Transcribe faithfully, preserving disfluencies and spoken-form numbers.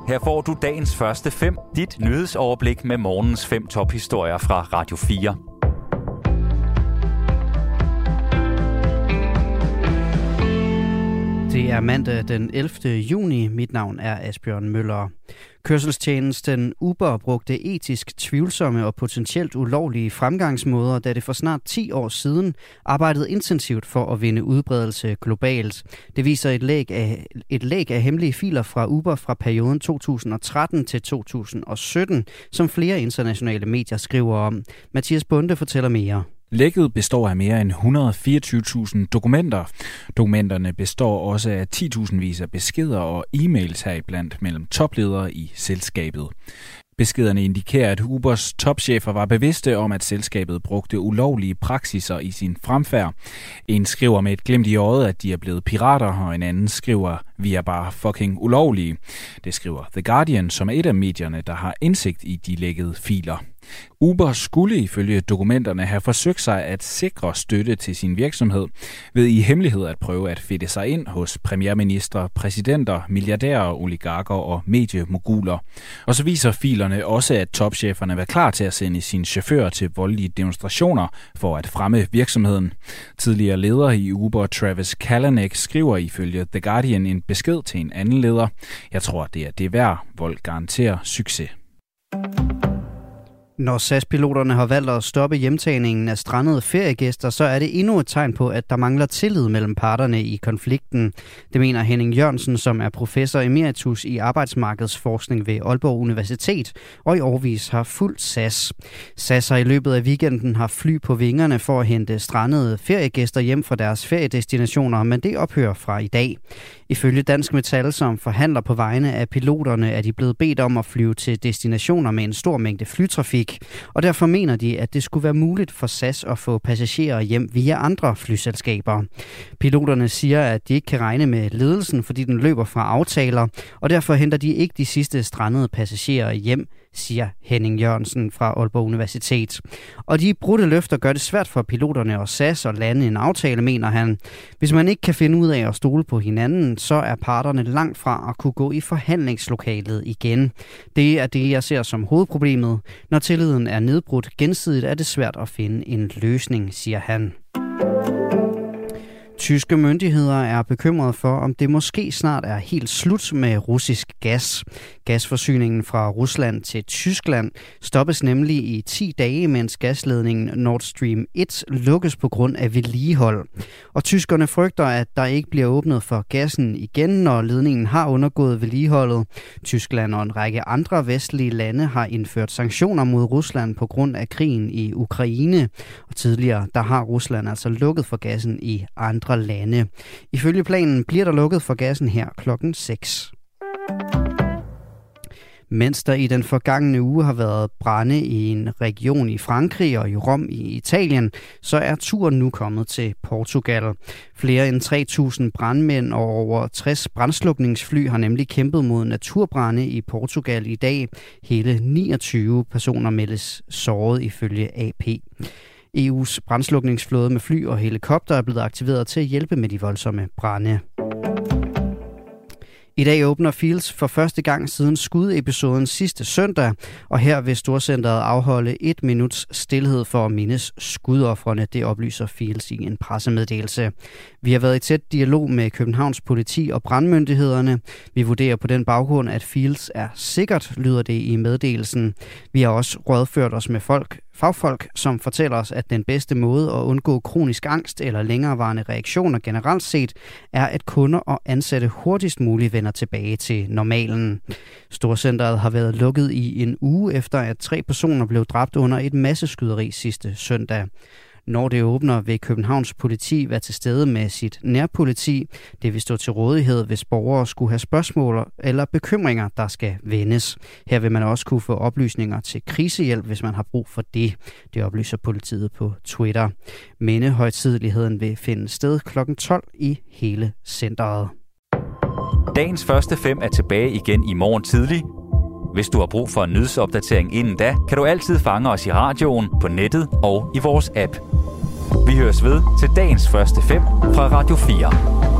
Her får du dagens første fem, dit nyhedsoverblik med morgens fem tophistorier fra Radio fire. Det er mandag den ellevte juni. Mit navn er Asbjørn Møller. Kørselstjenesten Uber brugte etisk tvivlsomme og potentielt ulovlige fremgangsmåder, da det for snart ti år siden arbejdede intensivt for at vinde udbredelse globalt. Det viser et læk af, et læk af hemmelige filer fra Uber fra perioden to tusind og tretten til to tusind og sytten, som flere internationale medier skriver om. Mathias Bunde fortæller mere. Lækket består af mere end et hundrede og fireogtyve tusind dokumenter. Dokumenterne består også af ti tusind vis af beskeder og e-mails heriblandt mellem topledere i selskabet. Beskederne indikerer, at Ubers topchefer var bevidste om, at selskabet brugte ulovlige praksiser i sin fremfærd. En skriver med et glimt i øjet, at de er blevet pirater, og en anden skriver, vi er bare fucking ulovlige. Det skriver The Guardian, som er et af medierne, der har indsigt i de lækkede filer. Uber skulle ifølge dokumenterne have forsøgt sig at sikre støtte til sin virksomhed ved i hemmelighed at prøve at fedte sig ind hos premierminister, præsidenter, milliardærer, oligarker og mediemoguler. Og så viser filerne også, at topcheferne var klar til at sende sine chauffører til voldelige demonstrationer for at fremme virksomheden. Tidligere leder i Uber, Travis Kalanick, skriver ifølge The Guardian en besked til en anden leder. Jeg tror, det er det værd. Vold garanterer succes. Når S A S-piloterne har valgt at stoppe hjemtagningen af strandede feriegæster, så er det endnu et tegn på, at der mangler tillid mellem parterne i konflikten. Det mener Henning Jørgensen, som er professor emeritus i arbejdsmarkedsforskning ved Aalborg Universitet, og i årevis har fulgt S A S. S A S har i løbet af weekenden haft fly på vingerne for at hente strandede feriegæster hjem fra deres feriedestinationer, men det ophører fra i dag. Ifølge Dansk Metal, som forhandler på vegne af piloterne, er de blevet bedt om at flyve til destinationer med en stor mængde flytrafik, og derfor mener de, at det skulle være muligt for S A S at få passagerer hjem via andre flyselskaber. Piloterne siger, at de ikke kan regne med ledelsen, fordi den løber fra aftaler, og derfor henter de ikke de sidste strandede passagerer hjem, siger Henning Jørgensen fra Aalborg Universitet. Og de brudte løfter gør det svært for piloterne og S A S at lande en aftale, mener han. Hvis man ikke kan finde ud af at stole på hinanden, så er parterne langt fra at kunne gå i forhandlingslokalet igen. Det er det, jeg ser som hovedproblemet. Når tilliden er nedbrudt gensidigt, er det svært at finde en løsning, siger han. Tyske myndigheder er bekymrede for, om det måske snart er helt slut med russisk gas. Gasforsyningen fra Rusland til Tyskland stoppes nemlig i ti dage, mens gasledningen Nord Stream et lukkes på grund af vedligehold. Og tyskerne frygter, at der ikke bliver åbnet for gassen igen, når ledningen har undergået vedligeholdet. Tyskland og en række andre vestlige lande har indført sanktioner mod Rusland på grund af krigen i Ukraine. Og tidligere der har Rusland altså lukket for gassen i andre lande. Ifølge planen bliver der lukket for gassen her klokken seks. Mens der i den forgangne uge har været brande i en region i Frankrig og i Rom i Italien, så er turen nu kommet til Portugal. Flere end tre tusind brandmænd og over tres brandslukningsfly har nemlig kæmpet mod naturbrande i Portugal i dag. Hele niogtyve personer meldes såret ifølge A P. E U's brandslukningsflåde med fly og helikopter er blevet aktiveret til at hjælpe med de voldsomme brande. I dag åbner Fields for første gang siden skudepisoden sidste søndag, og her vil Storcenteret afholde et minuts stilhed for at mindes skudofrene, det oplyser Fields i en pressemeddelelse. Vi har været i tæt dialog med Københavns politi og brandmyndighederne. Vi vurderer på den baggrund, at Fields er sikkert, lyder det i meddelelsen. Vi har også rådført os med folk, fagfolk, som fortæller os, at den bedste måde at undgå kronisk angst eller længerevarende reaktioner generelt set, er at kunder og ansatte hurtigst muligt vender tilbage til normalen. Storcenteret har været lukket i en uge efter, at tre personer blev dræbt under et masseskyderi sidste søndag. Når det åbner, vil Københavns politi være til stede med sit nærpoliti. Det vil stå til rådighed, hvis borgere skulle have spørgsmål eller bekymringer, der skal vendes. Her vil man også kunne få oplysninger til krisehjælp, hvis man har brug for det. Det oplyser politiet på Twitter. Mindehøjtideligheden vil finde sted klokken tolv i hele centret. Dagens første fem er tilbage igen i morgen tidlig. Hvis du har brug for en nyhedsopdatering inden da, kan du altid fange os i radioen, på nettet og i vores app. Vi høres ved til dagens første fem fra Radio fire.